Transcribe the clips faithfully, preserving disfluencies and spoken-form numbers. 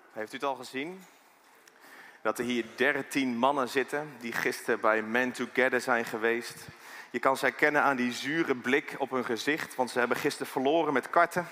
Heeft u het al gezien? Dat er hier dertien mannen zitten die gisteren bij Men Together zijn geweest. Je kan ze herkennen aan die zure blik op hun gezicht, want ze hebben gisteren verloren met karten.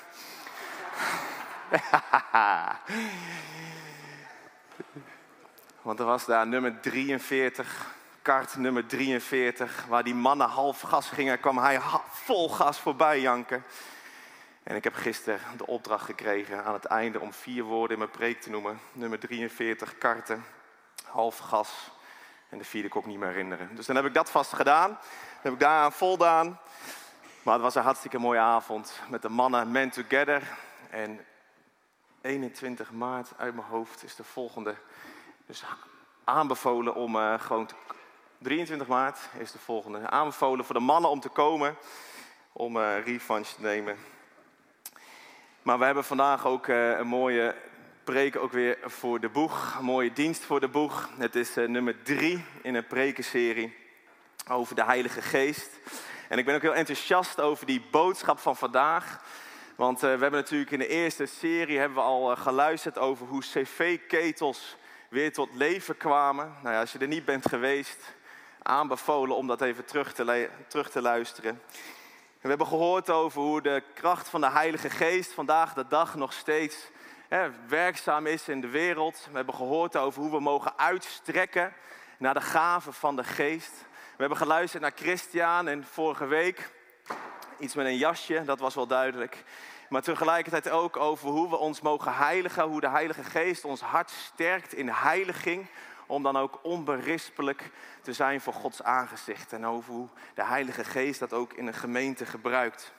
Want er was daar nummer drieënveertig, kart nummer drieënveertig, waar die mannen half gas gingen, kwam hij vol gas voorbij janken. En ik heb gisteren de opdracht gekregen aan het einde om vier woorden in mijn preek te noemen. Nummer drieënveertig, karten, half gas. En de vierde kon ik niet meer herinneren. Dus dan heb ik dat vast gedaan. Dan heb ik daaraan voldaan. Maar het was een hartstikke mooie avond met de mannen Men Together. En eenentwintig maart uit mijn hoofd is de volgende. Dus aanbevolen om uh, gewoon te... drieëntwintig maart is de volgende. Aanbevolen voor de mannen om te komen. Om uh, revanche te nemen. Maar we hebben vandaag ook uh, een mooie preek ook weer voor de boeg. Een mooie dienst voor de boeg. Het is uh, nummer drie in een prekenserie over de Heilige Geest. En ik ben ook heel enthousiast over die boodschap van vandaag. Want uh, we hebben natuurlijk in de eerste serie hebben we al uh, geluisterd over hoe cv-ketels weer tot leven kwamen. Nou ja, als je er niet bent geweest, aanbevolen om dat even terug te, le- terug te luisteren. We hebben gehoord over hoe de kracht van de Heilige Geest vandaag de dag nog steeds hè, werkzaam is in de wereld. We hebben gehoord over hoe we mogen uitstrekken naar de gaven van de Geest. We hebben geluisterd naar Christian en vorige week iets met een jasje, dat was wel duidelijk. Maar tegelijkertijd ook over hoe we ons mogen heiligen, hoe de Heilige Geest ons hart sterkt in heiliging. Om dan ook onberispelijk te zijn voor Gods aangezicht. En over hoe de Heilige Geest dat ook in een gemeente gebruikt.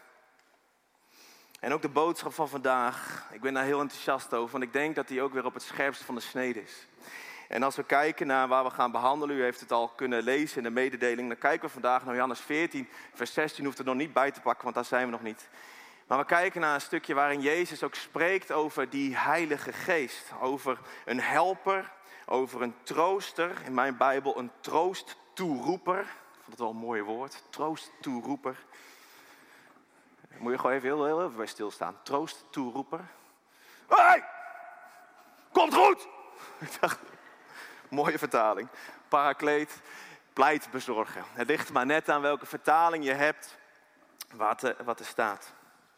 En ook de boodschap van vandaag. Ik ben daar heel enthousiast over. Want ik denk dat die ook weer op het scherpst van de snede is. En als we kijken naar waar we gaan behandelen. U heeft het al kunnen lezen in de mededeling. Dan kijken we vandaag naar Johannes veertien. Vers zestien hoeft het nog niet bij te pakken. Want daar zijn we nog niet. Maar we kijken naar een stukje waarin Jezus ook spreekt over die Heilige Geest. Over een helper. Over een trooster, in mijn Bijbel een troosttoeroeper. Ik vond het wel een mooi woord, troosttoeroeper. Moet je gewoon even heel, heel even bij stilstaan. Troosttoeroeper. Hé, komt goed! Ik dacht, mooie vertaling. Parakleet, pleitbezorger. Het ligt maar net aan welke vertaling je hebt, wat er, wat er staat.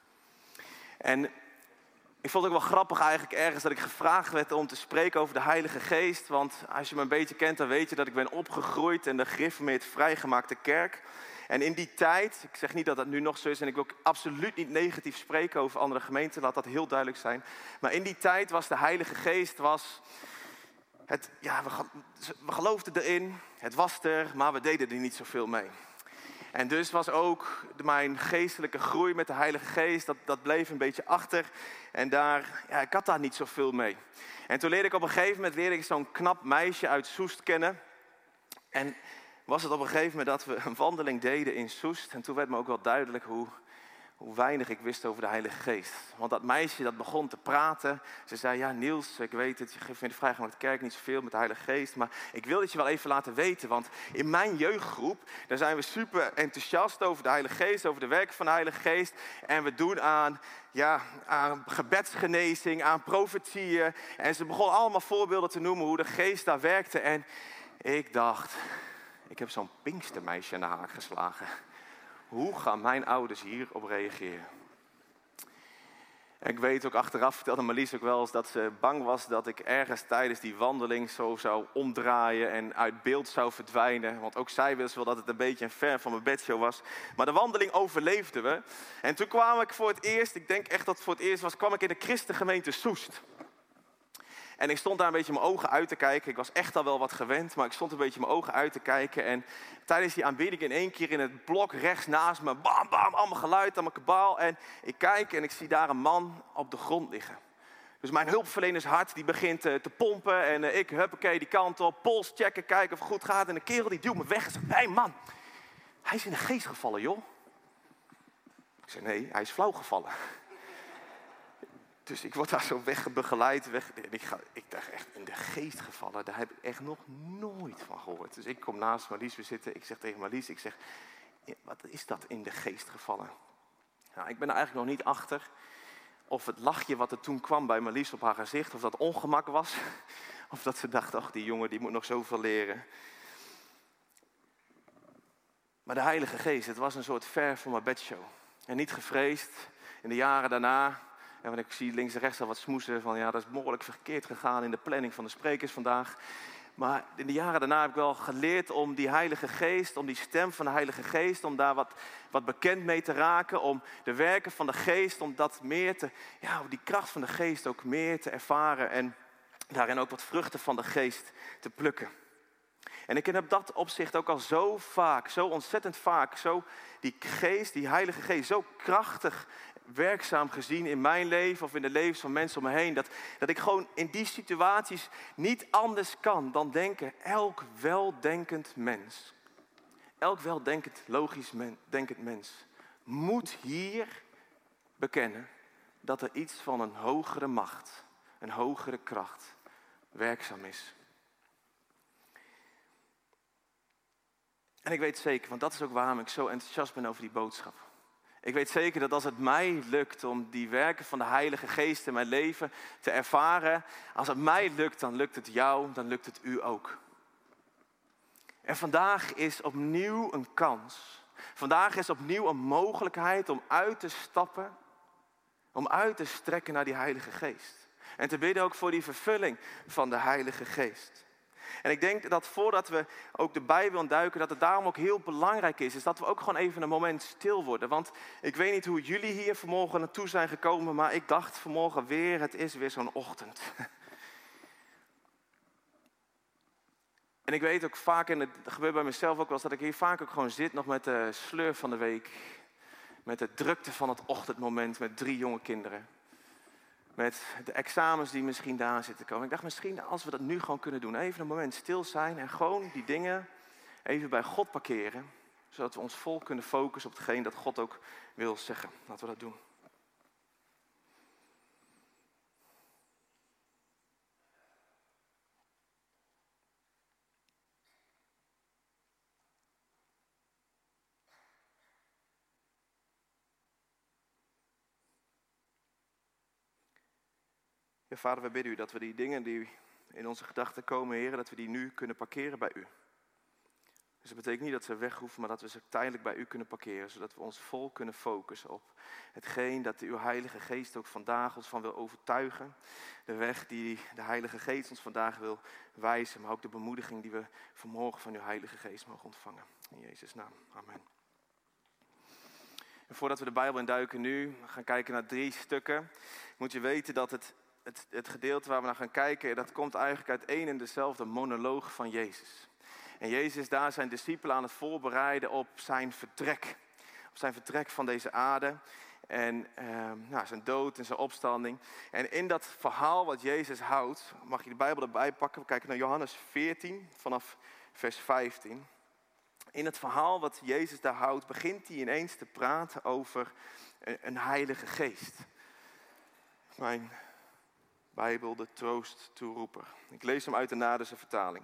En ik vond het ook wel grappig eigenlijk ergens dat ik gevraagd werd om te spreken over de Heilige Geest. Want als je me een beetje kent, dan weet je dat ik ben opgegroeid in de gereformeerd vrijgemaakte kerk. En in die tijd, ik zeg niet dat dat nu nog zo is en ik wil ook absoluut niet negatief spreken over andere gemeenten, laat dat heel duidelijk zijn. Maar in die tijd was de Heilige Geest, was het, ja, we, we geloofden erin, het was er, maar we deden er niet zoveel mee. En dus was ook mijn geestelijke groei met de Heilige Geest, dat, dat bleef een beetje achter. En daar, ja, ik had daar niet zoveel mee. En toen leerde ik op een gegeven moment leerde ik zo'n knap meisje uit Soest kennen. En was het op een gegeven moment dat we een wandeling deden in Soest. En toen werd me ook wel duidelijk hoe, hoe weinig ik wist over de Heilige Geest. Want dat meisje dat begon te praten. Ze zei, ja Niels, ik weet het, je geeft me in de vrijgemaakte kerk niet zoveel met de Heilige Geest. Maar ik wil het je wel even laten weten. Want in mijn jeugdgroep, daar zijn we super enthousiast over de Heilige Geest. Over de werken van de Heilige Geest. En we doen aan, ja, aan gebedsgenezing, aan profetieën. En ze begon allemaal voorbeelden te noemen hoe de Geest daar werkte. En ik dacht, ik heb zo'n Pinkstermeisje aan de haak geslagen. Hoe gaan mijn ouders hierop reageren? En ik weet ook achteraf, vertelde Marlies ook wel eens dat ze bang was dat ik ergens tijdens die wandeling zo zou omdraaien en uit beeld zou verdwijnen. Want ook zij wist wel dat het een beetje een ver van mijn bedshow was. Maar de wandeling overleefden we. En toen kwam ik voor het eerst, ik denk echt dat het voor het eerst was, kwam ik in de christengemeente Soest. En ik stond daar een beetje mijn ogen uit te kijken. Ik was echt al wel wat gewend, maar ik stond een beetje mijn ogen uit te kijken. En tijdens die aanbidding in één keer in het blok rechts naast me, bam, bam, allemaal geluid, allemaal kabaal. En ik kijk en ik zie daar een man op de grond liggen. Dus mijn hulpverlenershart die begint uh, te pompen. En uh, ik, huppakee, die kant op, pols checken, kijken of het goed gaat. En de kerel die duwt me weg en zegt, hé hey man, hij is in de geest gevallen, joh. Ik zeg, nee, hij is flauw gevallen. Dus ik word daar zo wegbegeleid. Weg. En ik, ga, ik dacht echt in de geest gevallen. Daar heb ik echt nog nooit van gehoord. Dus ik kom naast Marlies, we zitten. Ik zeg tegen Marlies, ik zeg, wat is dat in de geest gevallen? Nou, ik ben er eigenlijk nog niet achter of het lachje wat er toen kwam bij Marlies op haar gezicht, of dat ongemak was. Of dat ze dacht, ach die jongen die moet nog zoveel leren. Maar de Heilige Geest, het was een soort ver van mijn bedshow. En niet gevreesd. In de jaren daarna, en want ik zie links en rechts al wat smoesen van ja, dat is behoorlijk verkeerd gegaan in de planning van de sprekers vandaag. Maar in de jaren daarna heb ik wel geleerd om die Heilige Geest, om die stem van de Heilige Geest, om daar wat, wat bekend mee te raken, om de werken van de Geest, om dat meer te, ja, die kracht van de Geest ook meer te ervaren en daarin ook wat vruchten van de Geest te plukken. En ik heb dat opzicht ook al zo vaak, zo ontzettend vaak, zo die Geest, die Heilige Geest, zo krachtig werkzaam gezien in mijn leven of in de levens van mensen om me heen. Dat, dat ik gewoon in die situaties niet anders kan dan denken, elk weldenkend mens, elk weldenkend, logisch men, denkend mens, moet hier bekennen dat er iets van een hogere macht, een hogere kracht werkzaam is. En ik weet zeker, want dat is ook waarom ik zo enthousiast ben over die boodschap. Ik weet zeker dat als het mij lukt om die werken van de Heilige Geest in mijn leven te ervaren, als het mij lukt, dan lukt het jou, dan lukt het u ook. En vandaag is opnieuw een kans. Vandaag is opnieuw een mogelijkheid om uit te stappen, om uit te strekken naar die Heilige Geest. En te bidden ook voor die vervulling van de Heilige Geest. En ik denk dat voordat we ook de Bijbel induiken, dat het daarom ook heel belangrijk is, is dat we ook gewoon even een moment stil worden. Want ik weet niet hoe jullie hier vanmorgen naartoe zijn gekomen, maar ik dacht vanmorgen weer, het is weer zo'n ochtend. En ik weet ook vaak, en het gebeurt bij mezelf ook wel eens, dat ik hier vaak ook gewoon zit nog met de sleur van de week. Met de drukte van het ochtendmoment met drie jonge kinderen. Met de examens die misschien daar zitten komen. Ik dacht misschien als we dat nu gewoon kunnen doen. Even een moment stil zijn en gewoon die dingen even bij God parkeren. Zodat we ons vol kunnen focussen op hetgeen dat God ook wil zeggen. Laten we dat doen. Ja, Vader, we bidden u dat we die dingen die in onze gedachten komen, Heer, dat we die nu kunnen parkeren bij u. Dus dat betekent niet dat ze weg hoeven, maar dat we ze tijdelijk bij u kunnen parkeren. Zodat we ons vol kunnen focussen op hetgeen dat uw Heilige Geest ook vandaag ons van wil overtuigen. De weg die de Heilige Geest ons vandaag wil wijzen, maar ook de bemoediging die we vanmorgen van uw Heilige Geest mogen ontvangen. In Jezus' naam, amen. En voordat we de Bijbel induiken nu, gaan kijken naar drie stukken, moet je weten dat het Het, het gedeelte waar we naar gaan kijken, dat komt eigenlijk uit één en dezelfde monoloog van Jezus. En Jezus is daar zijn discipelen aan het voorbereiden op zijn vertrek. Op zijn vertrek van deze aarde. En eh, nou, zijn dood en zijn opstanding. En in dat verhaal wat Jezus houdt, mag je de Bijbel erbij pakken. We kijken naar Johannes veertien, vanaf vers vijftien. In het verhaal wat Jezus daar houdt, begint hij ineens te praten over een, een heilige geest. Mijn Bijbel, de troosttoeroeper. Ik lees hem uit de Naardense vertaling.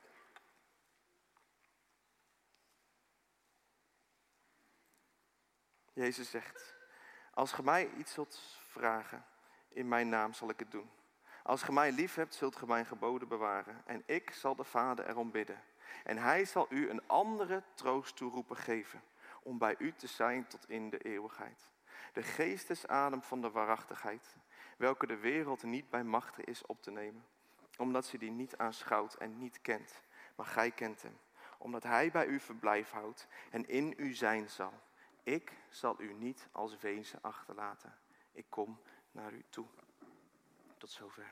Jezus zegt, als ge mij iets zult vragen, in mijn naam zal ik het doen. Als ge mij lief hebt, zult ge mijn geboden bewaren. En ik zal de Vader erom bidden. En hij zal u een andere troosttoeroeper geven, om bij u te zijn tot in de eeuwigheid. De geestesadem van de waarachtigheid, welke de wereld niet bij machte is op te nemen, omdat ze die niet aanschouwt en niet kent, maar gij kent hem, omdat hij bij u verblijf houdt en in u zijn zal. Ik zal u niet als wezen achterlaten. Ik kom naar u toe. Tot zover.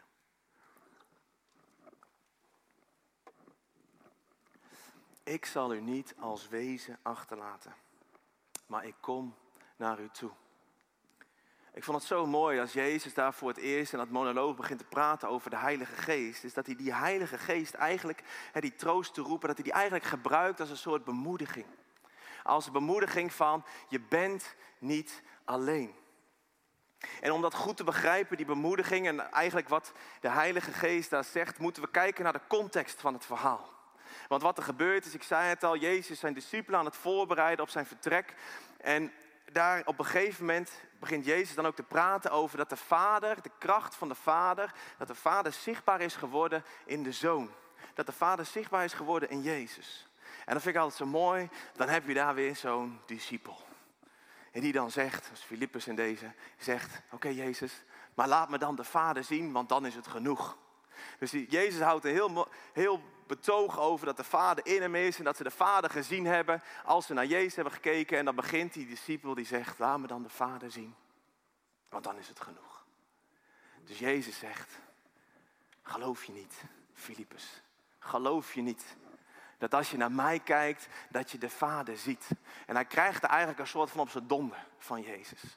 Ik zal u niet als wezen achterlaten, maar ik kom naar u toe. Ik vond het zo mooi als Jezus daar voor het eerst in dat monoloog begint te praten over de Heilige Geest. Is dat hij die Heilige Geest eigenlijk, die troost te roepen, dat hij die eigenlijk gebruikt als een soort bemoediging. Als bemoediging van, je bent niet alleen. En om dat goed te begrijpen, die bemoediging en eigenlijk wat de Heilige Geest daar zegt, moeten we kijken naar de context van het verhaal. Want wat er gebeurt is, ik zei het al, Jezus is zijn discipelen aan het voorbereiden op zijn vertrek. En daar op een gegeven moment begint Jezus dan ook te praten over dat de Vader, de kracht van de Vader, dat de Vader zichtbaar is geworden in de Zoon. Dat de Vader zichtbaar is geworden in Jezus. En dat vind ik altijd zo mooi. Dan heb je daar weer zo'n discipel. En die dan zegt, zoals Filippus in deze, zegt, oké okay, Jezus, maar laat me dan de Vader zien, want dan is het genoeg. Dus die, Jezus houdt een heel, heel betoog over dat de Vader in hem is en dat ze de Vader gezien hebben als ze naar Jezus hebben gekeken. En dan begint die discipel die zegt, laat me dan de Vader zien, want dan is het genoeg. Dus Jezus zegt, geloof je niet, Filippus, geloof je niet dat als je naar mij kijkt, dat je de Vader ziet. En hij krijgt er eigenlijk een soort van op zijn donder van Jezus.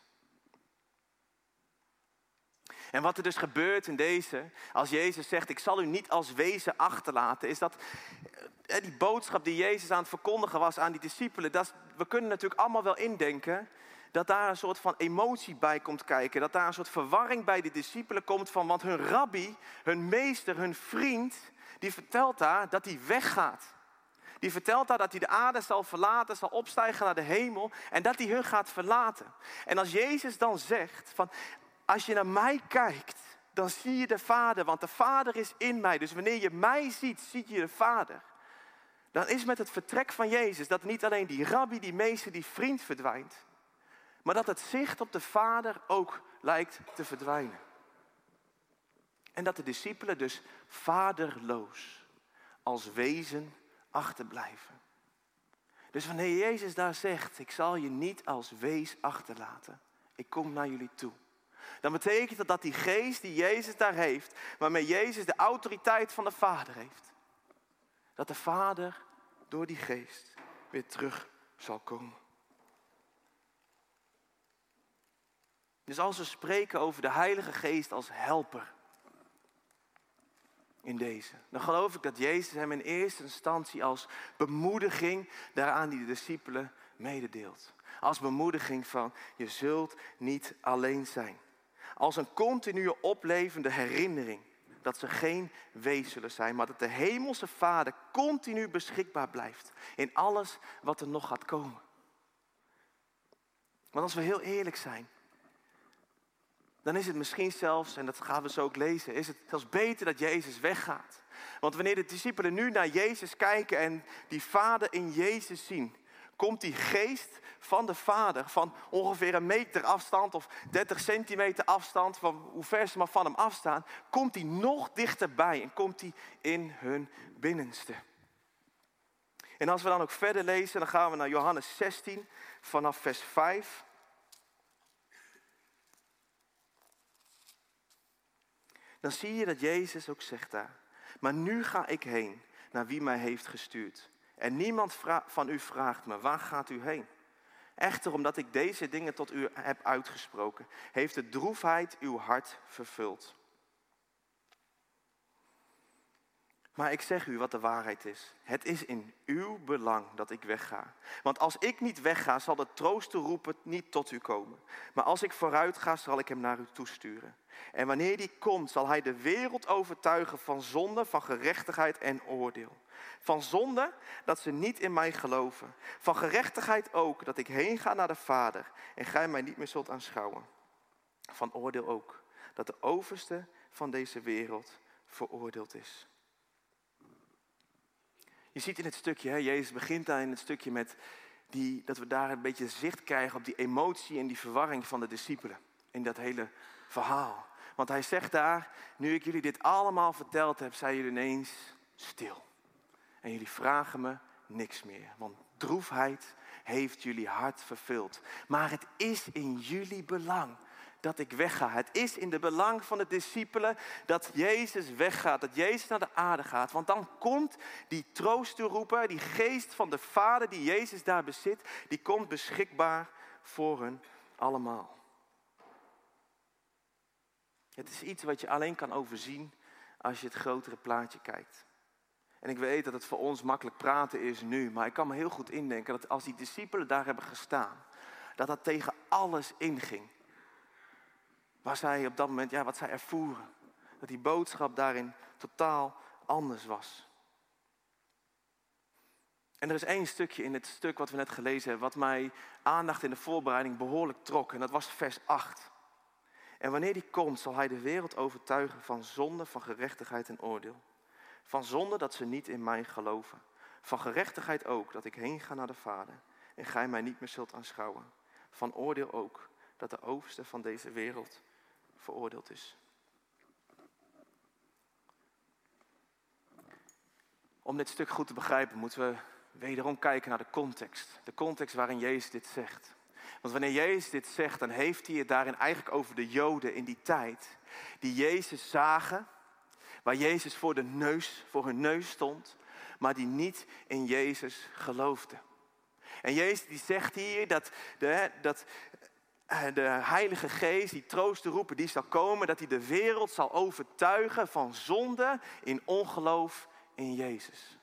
En wat er dus gebeurt in deze, als Jezus zegt, ik zal u niet als wezen achterlaten, is dat eh, die boodschap die Jezus aan het verkondigen was aan die discipelen, dat, we kunnen natuurlijk allemaal wel indenken dat daar een soort van emotie bij komt kijken, dat daar een soort verwarring bij de discipelen komt van, want hun rabbi, hun meester, hun vriend, die vertelt daar dat hij weggaat. Die vertelt daar dat hij de aarde zal verlaten, zal opstijgen naar de hemel en dat hij hun gaat verlaten. En als Jezus dan zegt van, als je naar mij kijkt, dan zie je de Vader, want de Vader is in mij. Dus wanneer je mij ziet, zie je de Vader. Dan is met het vertrek van Jezus dat niet alleen die rabbi, die meester, die vriend verdwijnt, maar dat het zicht op de Vader ook lijkt te verdwijnen. En dat de discipelen dus vaderloos als wezen achterblijven. Dus wanneer Jezus daar zegt, ik zal je niet als wees achterlaten, ik kom naar jullie toe. Dan betekent dat dat die geest die Jezus daar heeft, waarmee Jezus de autoriteit van de Vader heeft, dat de Vader door die geest weer terug zal komen. Dus als we spreken over de Heilige Geest als helper in deze, dan geloof ik dat Jezus hem in eerste instantie als bemoediging daaraan die de discipelen mededeelt. Als bemoediging van, je zult niet alleen zijn. Als een continue oplevende herinnering dat ze geen wees zullen zijn, maar dat de hemelse Vader continu beschikbaar blijft in alles wat er nog gaat komen. Want als we heel eerlijk zijn, dan is het misschien zelfs, en dat gaan we zo ook lezen, is het zelfs beter dat Jezus weggaat. Want wanneer de discipelen nu naar Jezus kijken en die Vader in Jezus zien, komt die geest van de Vader van ongeveer een meter afstand of dertig centimeter afstand, van hoe ver ze maar van hem afstaan, komt die nog dichterbij en komt die in hun binnenste. En als we dan ook verder lezen, dan gaan we naar Johannes zestien vanaf vers vijf. Dan zie je dat Jezus ook zegt daar, maar nu ga ik heen naar wie mij heeft gestuurd. En niemand vra- van u vraagt me, waar gaat u heen? Echter, omdat ik deze dingen tot u heb uitgesproken, heeft de droefheid uw hart vervuld. Maar ik zeg u wat de waarheid is. Het is in uw belang dat ik wegga. Want als ik niet wegga, zal de trooster roepen niet tot u komen. Maar als ik vooruit ga, zal ik hem naar u toesturen. En wanneer die komt, zal hij de wereld overtuigen van zonde, van gerechtigheid en oordeel. Van zonde, dat ze niet in mij geloven. Van gerechtigheid ook, dat ik heen ga naar de Vader en gij mij niet meer zult aanschouwen. Van oordeel ook, dat de overste van deze wereld veroordeeld is. Je ziet in het stukje, hè, Jezus begint daar in het stukje met die, dat we daar een beetje zicht krijgen op die emotie en die verwarring van de discipelen. In dat hele verhaal. Want hij zegt daar, nu ik jullie dit allemaal verteld heb, zijn jullie ineens stil. En jullie vragen me niks meer. Want droefheid heeft jullie hart vervuld. Maar het is in jullie belang dat ik wegga. Het is in de belang van de discipelen dat Jezus weggaat. Dat Jezus naar de aarde gaat. Want dan komt die troosterroeper, die geest van de Vader die Jezus daar bezit, die komt beschikbaar voor hen allemaal. Het is iets wat je alleen kan overzien als je het grotere plaatje kijkt. En ik weet dat het voor ons makkelijk praten is nu, maar ik kan me heel goed indenken dat als die discipelen daar hebben gestaan, dat dat tegen alles inging. Waar zij op dat moment, ja, wat zij ervoeren. Dat die boodschap daarin totaal anders was. En er is één stukje in het stuk wat we net gelezen hebben, wat mij aandacht in de voorbereiding behoorlijk trok. En dat was vers acht. En wanneer die komt, zal hij de wereld overtuigen van zonde, van gerechtigheid en oordeel. Van zonde dat ze niet in mij geloven. Van gerechtigheid ook, dat ik heen ga naar de Vader en gij mij niet meer zult aanschouwen. Van oordeel ook, dat de overste van deze wereld veroordeeld is. Om dit stuk goed te begrijpen moeten we wederom kijken naar de context. De context waarin Jezus dit zegt. Want wanneer Jezus dit zegt, dan heeft hij het daarin eigenlijk over de Joden in die tijd. Die Jezus zagen, waar Jezus voor, de neus, voor hun neus stond, maar die niet in Jezus geloofden. En Jezus die zegt hier dat de, dat de Heilige Geest, die troost te roepen, die zal komen, dat hij de wereld zal overtuigen van zonde in ongeloof in Jezus.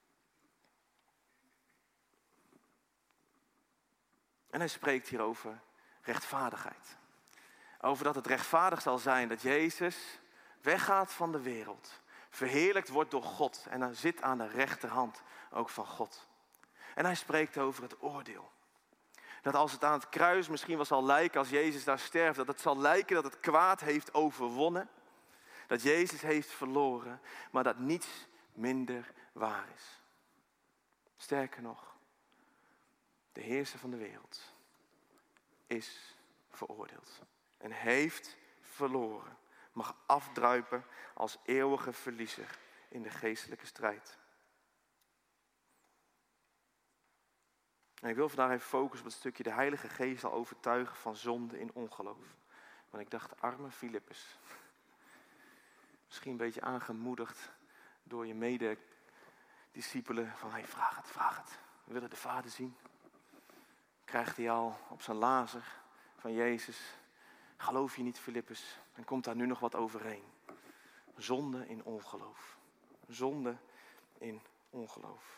En hij spreekt hier over rechtvaardigheid. Over dat het rechtvaardig zal zijn dat Jezus weggaat van de wereld. Verheerlijkt wordt door God en dan zit aan de rechterhand ook van God. En hij spreekt over het oordeel. Dat als het aan het kruis misschien wel zal lijken als Jezus daar sterft, dat het zal lijken dat het kwaad heeft overwonnen. Dat Jezus heeft verloren, maar dat niets minder waar is. Sterker nog, de heerser van de wereld is veroordeeld en heeft verloren. Mag afdruipen als eeuwige verliezer in de geestelijke strijd. En ik wil vandaag even focussen op het stukje de Heilige Geest zal overtuigen van zonde in ongeloof. Want ik dacht, arme Filippus. Misschien een beetje aangemoedigd door je medediscipelen. Van, hey, vraag het, vraag het. We willen de Vader zien. Krijgt hij al op zijn lazer van Jezus. Geloof je niet, Filippus? En komt daar nu nog wat overheen. Zonde in ongeloof. Zonde in ongeloof.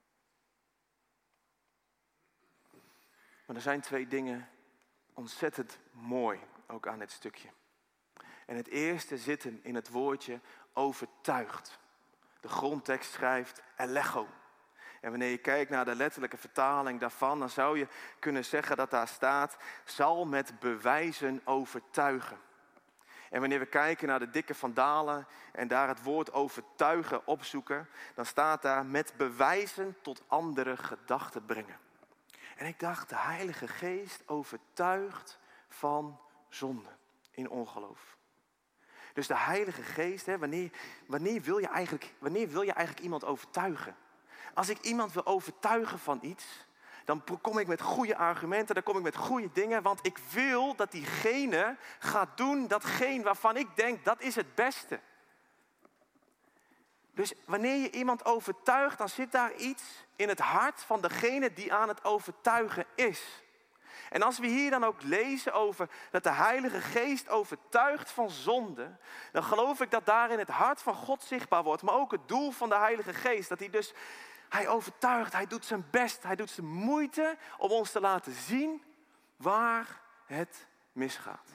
Maar er zijn twee dingen ontzettend mooi ook aan dit stukje. En het eerste zit hem in het woordje overtuigd. De grondtekst schrijft elego. En wanneer je kijkt naar de letterlijke vertaling daarvan, dan zou je kunnen zeggen dat daar staat, zal met bewijzen overtuigen. En wanneer we kijken naar de dikke Van Dalen en daar het woord overtuigen opzoeken, dan staat daar met bewijzen tot andere gedachten brengen. En ik dacht, de Heilige Geest overtuigt van zonde in ongeloof. Dus de Heilige Geest, hè, wanneer, wanneer, wil je eigenlijk, wanneer wil je eigenlijk iemand overtuigen? Als ik iemand wil overtuigen van iets, dan kom ik met goede argumenten, dan kom ik met goede dingen. Want ik wil dat diegene gaat doen datgene waarvan ik denk, dat is het beste. Dus wanneer je iemand overtuigt, dan zit daar iets in het hart van degene die aan het overtuigen is. En als we hier dan ook lezen over dat de Heilige Geest overtuigt van zonde, dan geloof ik dat daarin het hart van God zichtbaar wordt. Maar ook het doel van de Heilige Geest, dat hij dus, hij overtuigt, hij doet zijn best, hij doet zijn moeite om ons te laten zien waar het misgaat.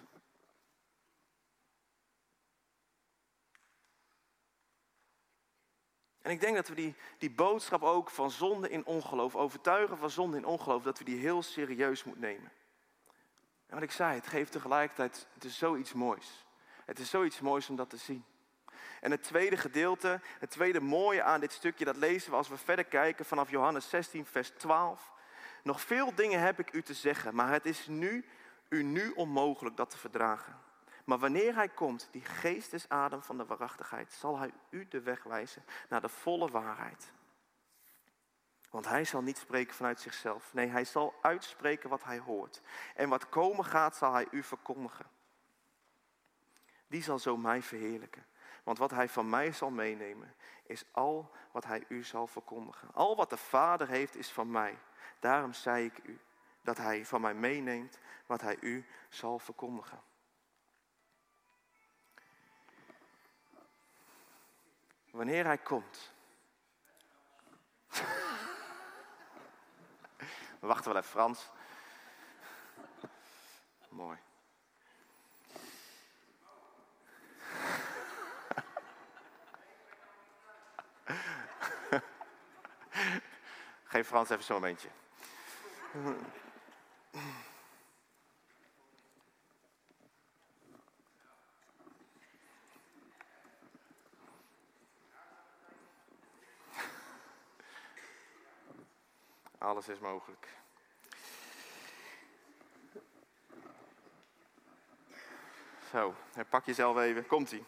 En ik denk dat we die, die boodschap ook van zonde in ongeloof, overtuigen van zonde in ongeloof, dat we die heel serieus moeten nemen. En wat ik zei, het geeft tegelijkertijd, het is zoiets moois. Het is zoiets moois om dat te zien. En het tweede gedeelte, het tweede mooie aan dit stukje, dat lezen we als we verder kijken vanaf Johannes zestien, vers twaalf. Nog veel dingen heb ik u te zeggen, maar het is nu, u nu onmogelijk dat te verdragen. Maar wanneer hij komt, die geestesadem van de waarachtigheid, zal hij u de weg wijzen naar de volle waarheid. Want hij zal niet spreken vanuit zichzelf. Nee, hij zal uitspreken wat hij hoort. En wat komen gaat, zal hij u verkondigen. Die zal zo mij verheerlijken. Want wat hij van mij zal meenemen, is al wat hij u zal verkondigen. Al wat de Vader heeft, is van mij. Daarom zei ik u, dat hij van mij meeneemt, wat hij u zal verkondigen. Wanneer hij komt. We wachten wel even, Frans. Mooi. Geef Frans even zo'n momentje. Alles is mogelijk. Zo, pak jezelf even. Komt-ie.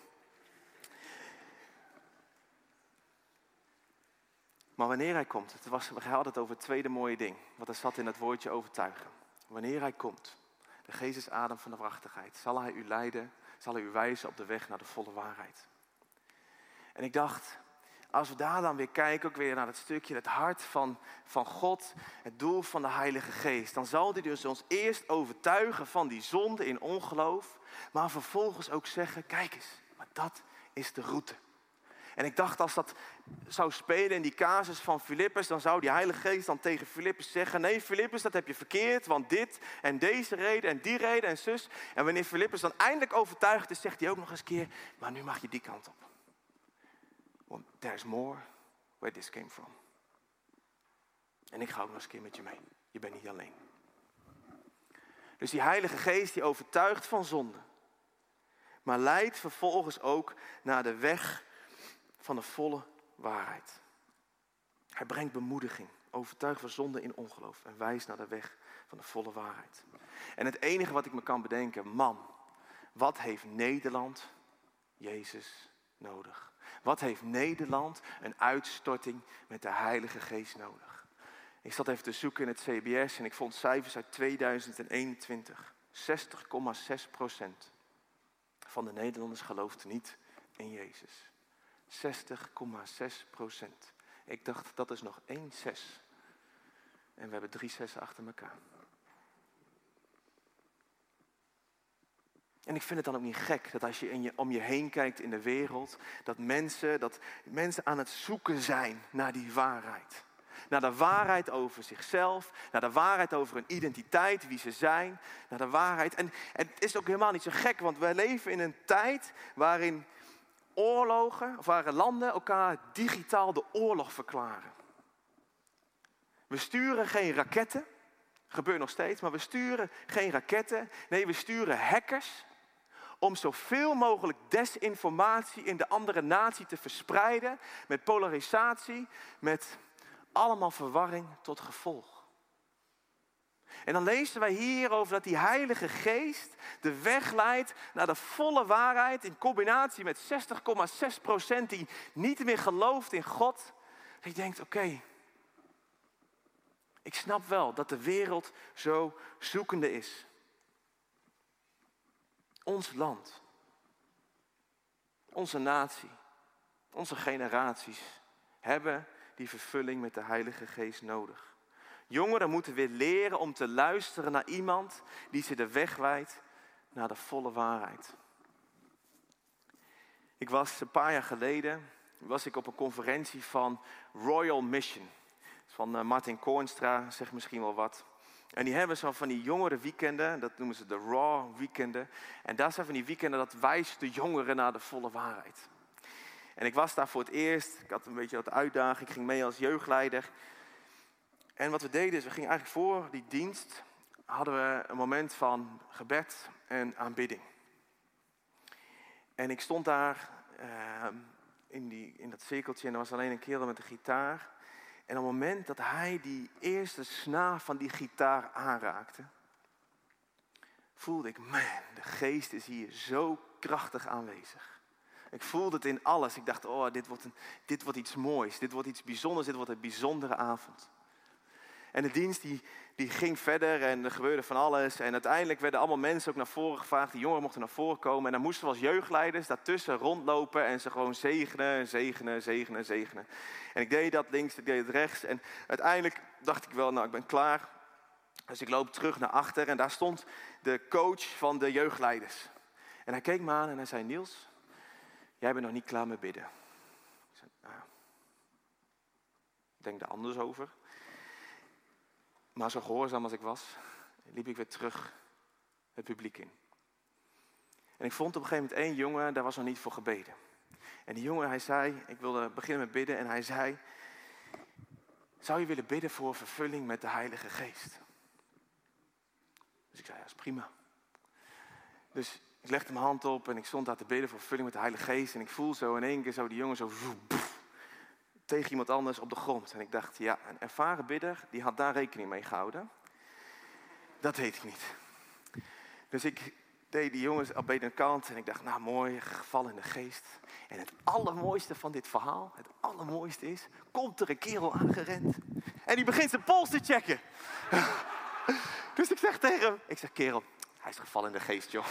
Maar wanneer hij komt, het was, we hadden het over het tweede mooie ding, wat er zat in het woordje overtuigen. Wanneer hij komt, de geestesadem van de waarachtigheid, zal hij u leiden, zal hij u wijzen op de weg naar de volle waarheid. En ik dacht, als we daar dan weer kijken, ook weer naar het stukje, het hart van, van God, het doel van de Heilige Geest, dan zal hij dus ons eerst overtuigen van die zonde in ongeloof, maar vervolgens ook zeggen, kijk eens, maar dat is de route. En ik dacht, als dat zou spelen in die casus van Filippus, dan zou die Heilige Geest dan tegen Filippus zeggen, nee Filippus, dat heb je verkeerd, want dit en deze reden en die reden en zus. En wanneer Filippus dan eindelijk overtuigd is, zegt hij ook nog eens een keer, maar nu mag je die kant op. Want there's more where this came from. En ik ga ook nog eens een keer met je mee. Je bent niet alleen. Dus die Heilige Geest die overtuigt van zonde, maar leidt vervolgens ook naar de weg van de volle waarheid. Hij brengt bemoediging, overtuigt van zonde in ongeloof en wijst naar de weg van de volle waarheid. En het enige wat ik me kan bedenken, man, wat heeft Nederland Jezus nodig? Wat heeft Nederland een uitstorting met de Heilige Geest nodig? Ik zat even te zoeken in het C B S en ik vond cijfers uit tweeduizend eenentwintig. zestig komma zes procent van de Nederlanders geloofde niet in Jezus. zestig komma zes procent. Ik dacht, dat is nog één zes. En we hebben drie zessen achter elkaar. En ik vind het dan ook niet gek dat als je, in je om je heen kijkt in de wereld, dat mensen, dat mensen aan het zoeken zijn naar die waarheid. Naar de waarheid over zichzelf, naar de waarheid over hun identiteit, wie ze zijn, naar de waarheid. En, en het is ook helemaal niet zo gek, want wij leven in een tijd waarin oorlogen, of waar landen elkaar digitaal de oorlog verklaren. We sturen geen raketten, gebeurt nog steeds, maar we sturen geen raketten. Nee, we sturen hackers om zoveel mogelijk desinformatie in de andere natie te verspreiden, met polarisatie, met allemaal verwarring tot gevolg. En dan lezen wij hier over dat die Heilige Geest de weg leidt naar de volle waarheid in combinatie met zestig komma zes procent die niet meer gelooft in God. En je denkt, oké, okay, ik snap wel dat de wereld zo zoekende is. Ons land, onze natie, onze generaties hebben die vervulling met de Heilige Geest nodig. Jongeren moeten weer leren om te luisteren naar iemand die ze de weg wijdt naar de volle waarheid. Ik was een paar jaar geleden was ik op een conferentie van Royal Mission. Van uh, Martin Koornstra, zegt misschien wel wat. En die hebben zo van die jongere weekenden, dat noemen ze de Raw weekenden. En daar zijn van die weekenden, dat wijst de jongeren naar de volle waarheid. En ik was daar voor het eerst, ik had een beetje wat uitdaging, ik ging mee als jeugdleider. En wat we deden is, we gingen eigenlijk voor die dienst, hadden we een moment van gebed en aanbidding. En ik stond daar uh, in, die, in dat cirkeltje en er was alleen een kerel met een gitaar. En op het moment dat hij die eerste snaar van die gitaar aanraakte, voelde ik, man, de geest is hier zo krachtig aanwezig. Ik voelde het in alles. Ik dacht, oh, dit wordt, een, dit wordt iets moois, dit wordt iets bijzonders, dit wordt een bijzondere avond. En de dienst die, die ging verder en er gebeurde van alles. En uiteindelijk werden allemaal mensen ook naar voren gevraagd. Die jongeren mochten naar voren komen. En dan moesten we als jeugdleiders daartussen rondlopen en ze gewoon zegenen, zegenen, zegenen, zegenen. En ik deed dat links, ik deed het rechts. En uiteindelijk dacht ik wel, nou ik ben klaar. Dus ik loop terug naar achter en daar stond de coach van de jeugdleiders. En hij keek me aan en hij zei, Niels, jij bent nog niet klaar met bidden. Ik zei, nou, ik denk daar anders over. Maar zo gehoorzaam als ik was, liep ik weer terug het publiek in. En ik vond op een gegeven moment één jongen, daar was nog niet voor gebeden. En die jongen, hij zei, ik wilde beginnen met bidden en hij zei, zou je willen bidden voor vervulling met de Heilige Geest? Dus ik zei, ja, dat is prima. Dus ik legde mijn hand op en ik stond daar te bidden voor vervulling met de Heilige Geest. En ik voel zo in één keer zo die jongen zo pff, tegen iemand anders op de grond. En ik dacht, ja, een ervaren bidder, die had daar rekening mee gehouden. Dat weet ik niet. Dus ik deed die jongens op de kant en ik dacht, nou mooi, geval in de geest. En het allermooiste van dit verhaal, het allermooiste is, komt er een kerel aangerend. En die begint zijn pols te checken. Dus ik zeg tegen hem, ik zeg, kerel, hij is gevallen in de geest, joh.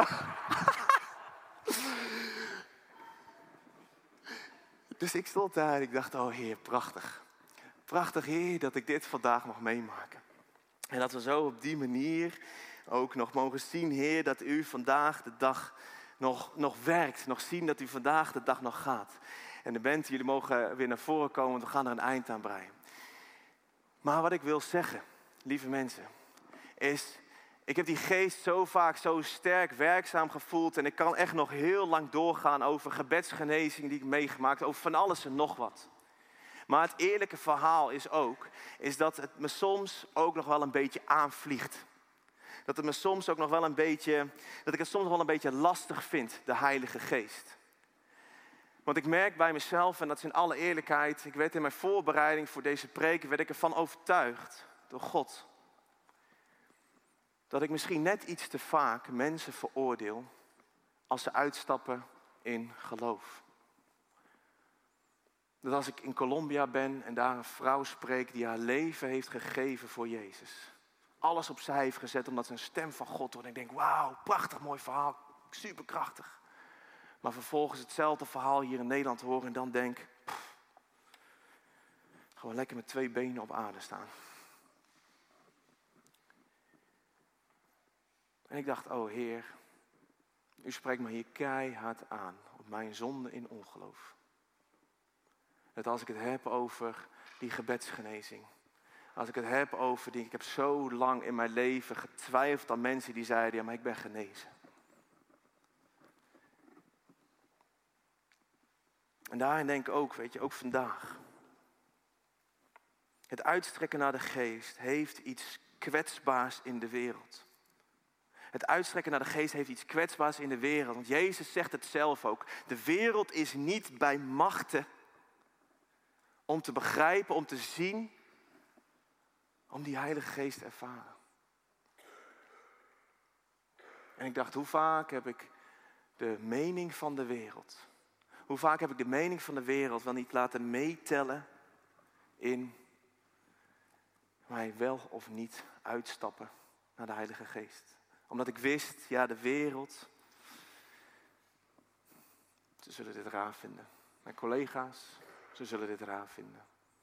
Dus ik stond daar en ik dacht, oh Heer, prachtig. Prachtig, Heer, dat ik dit vandaag mag meemaken. En dat we zo op die manier ook nog mogen zien, Heer, dat u vandaag de dag nog, nog werkt. Nog zien dat u vandaag de dag nog gaat. En de band, jullie mogen weer naar voren komen, want we gaan er een eind aan breien. Maar wat ik wil zeggen, lieve mensen, is, ik heb die geest zo vaak zo sterk werkzaam gevoeld. En ik kan echt nog heel lang doorgaan over gebedsgenezing die ik meegemaakt, over van alles en nog wat. Maar het eerlijke verhaal is ook, is dat het me soms ook nog wel een beetje aanvliegt. Dat het me soms ook nog wel een beetje, dat ik het soms nog wel een beetje lastig vind, de Heilige Geest. Want ik merk bij mezelf, en dat is in alle eerlijkheid, ik werd in mijn voorbereiding voor deze preek, werd ik ervan overtuigd door God. Dat ik misschien net iets te vaak mensen veroordeel als ze uitstappen in geloof. Dat als ik in Colombia ben en daar een vrouw spreek die haar leven heeft gegeven voor Jezus. Alles opzij heeft gezet omdat ze een stem van God hoort. En ik denk, wauw, prachtig mooi verhaal, superkrachtig. Maar vervolgens hetzelfde verhaal hier in Nederland horen en dan denk, pff, gewoon lekker met twee benen op aarde staan. En ik dacht, oh Heer, u spreekt me hier keihard aan op mijn zonde in ongeloof. Dat als ik het heb over die gebedsgenezing. Als ik het heb over die, ik heb zo lang in mijn leven getwijfeld aan mensen die zeiden, ja maar ik ben genezen. En daarin denk ik ook, weet je, ook vandaag. Het uitstrekken naar de geest heeft iets kwetsbaars in de wereld. Het uitstrekken naar de geest heeft iets kwetsbaars in de wereld. Want Jezus zegt het zelf ook. De wereld is niet bij machten om te begrijpen, om te zien, om die Heilige Geest te ervaren. En ik dacht, hoe vaak heb ik de mening van de wereld, hoe vaak heb ik de mening van de wereld wel niet laten meetellen in mij wel of niet uitstappen naar de Heilige Geest. Omdat ik wist, ja de wereld, ze zullen dit raar vinden. Mijn collega's, ze zullen dit raar vinden.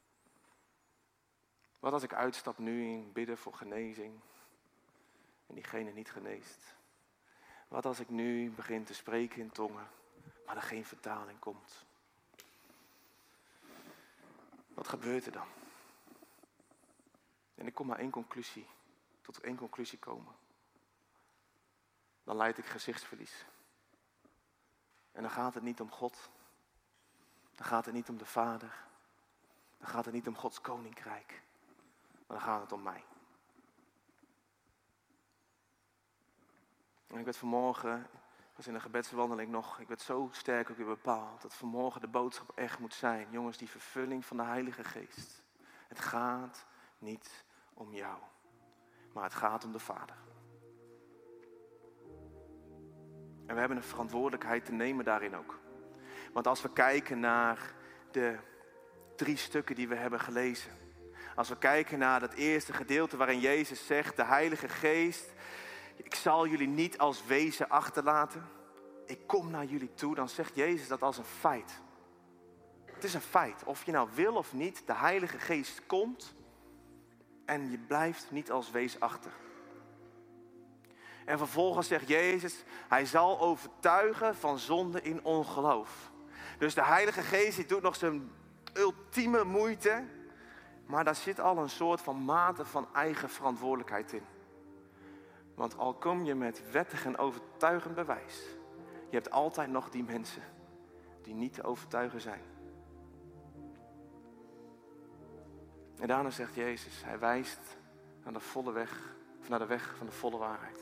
Wat als ik uitstap nu in bidden voor genezing en diegene niet geneest? Wat als ik nu begin te spreken in tongen, maar er geen vertaling komt? Wat gebeurt er dan? En ik kom maar één conclusie, tot één conclusie komen. Dan lijd ik gezichtsverlies. En dan gaat het niet om God. Dan gaat het niet om de Vader. Dan gaat het niet om Gods koninkrijk. Maar dan gaat het om mij. En ik werd vanmorgen, ik was in een gebedswandeling nog, ik werd zo sterk ook weer bepaald, dat vanmorgen de boodschap echt moet zijn. Jongens, die vervulling van de Heilige Geest. Het gaat niet om jou, maar het gaat om de Vader. En we hebben een verantwoordelijkheid te nemen daarin ook. Want als we kijken naar de drie stukken die we hebben gelezen. Als we kijken naar dat eerste gedeelte waarin Jezus zegt, de Heilige Geest, ik zal jullie niet als wezen achterlaten. Ik kom naar jullie toe. Dan zegt Jezus dat als een feit. Het is een feit. Of je nou wil of niet, de Heilige Geest komt en je blijft niet als wees achter. En vervolgens zegt Jezus, hij zal overtuigen van zonde in ongeloof. Dus de Heilige Geest die doet nog zijn ultieme moeite, maar daar zit al een soort van mate van eigen verantwoordelijkheid in. Want al kom je met wettig en overtuigend bewijs, je hebt altijd nog die mensen die niet te overtuigen zijn. En daarna zegt Jezus, hij wijst naar de volle weg, of naar de weg van de volle waarheid.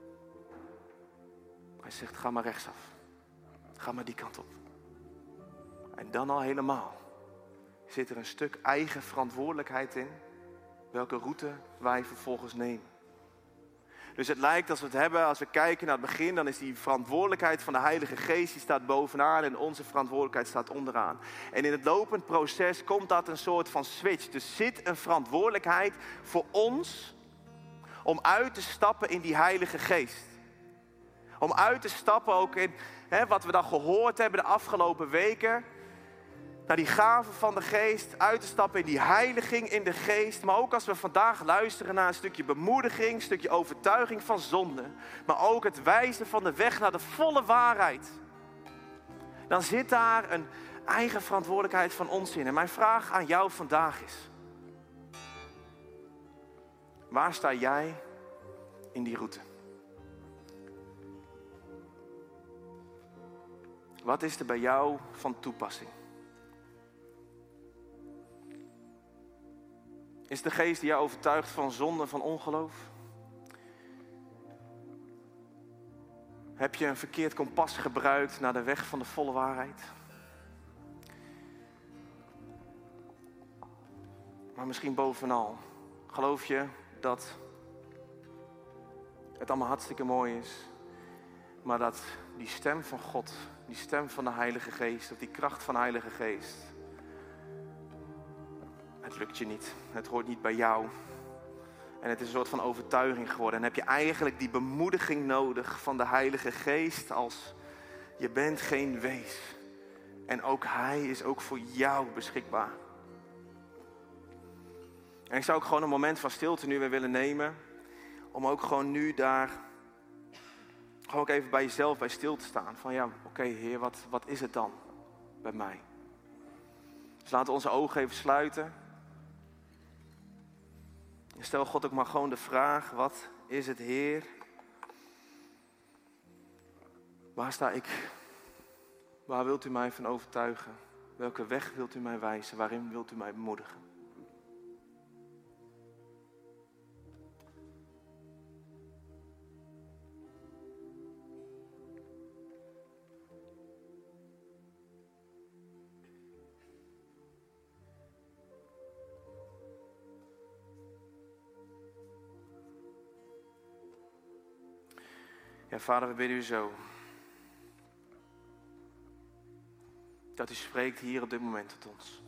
Hij zegt, ga maar rechtsaf. Ga maar die kant op. En dan al helemaal zit er een stuk eigen verantwoordelijkheid in, welke route wij vervolgens nemen. Dus het lijkt als we het hebben, als we kijken naar het begin, dan is die verantwoordelijkheid van de Heilige Geest, die staat bovenaan en onze verantwoordelijkheid staat onderaan. En in het lopend proces komt dat een soort van switch. Dus zit een verantwoordelijkheid voor ons om uit te stappen in die Heilige Geest. Om uit te stappen ook in hè, wat we dan gehoord hebben de afgelopen weken. Naar die gaven van de geest, uit te stappen in die heiliging in de geest. Maar ook als we vandaag luisteren naar een stukje bemoediging, een stukje overtuiging van zonde. Maar ook het wijzen van de weg naar de volle waarheid. Dan zit daar een eigen verantwoordelijkheid van ons in. En mijn vraag aan jou vandaag is: waar sta jij in die route? Wat is er bij jou van toepassing? Is de geest die jou overtuigt van zonde, van ongeloof? Heb je een verkeerd kompas gebruikt naar de weg van de volle waarheid? Maar misschien bovenal, geloof je dat het allemaal hartstikke mooi is, maar dat die stem van God, die stem van de Heilige Geest, of die kracht van de Heilige Geest, het lukt je niet. Het hoort niet bij jou. En het is een soort van overtuiging geworden. En heb je eigenlijk die bemoediging nodig van de Heilige Geest als je bent geen wees. En ook Hij is ook voor jou beschikbaar. En ik zou ook gewoon een moment van stilte nu weer willen nemen. Om ook gewoon nu daar, gewoon ook even bij jezelf bij stil te staan. Van ja, oké okay, Heer, wat, wat is het dan bij mij? Dus laten we onze ogen even sluiten. Stel God ook maar gewoon de vraag, wat is het Heer? Waar sta ik? Waar wilt u mij van overtuigen? Welke weg wilt u mij wijzen? Waarin wilt u mij bemoedigen? Ja, Vader, we bidden u zo. Dat u spreekt hier op dit moment tot ons.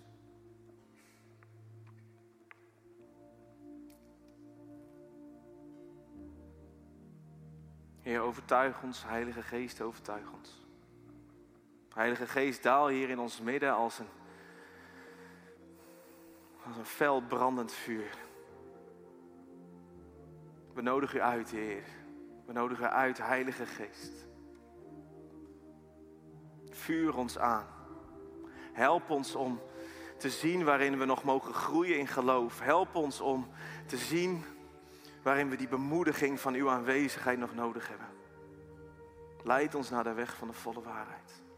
Heer, overtuig ons, Heilige Geest, overtuig ons. Heilige Geest, daal hier in ons midden als een, als een fel brandend vuur. We nodigen u uit, Heer. We nodigen u uit, Heilige Geest. Vuur ons aan. Help ons om te zien waarin we nog mogen groeien in geloof. Help ons om te zien waarin we die bemoediging van uw aanwezigheid nog nodig hebben. Leid ons naar de weg van de volle waarheid.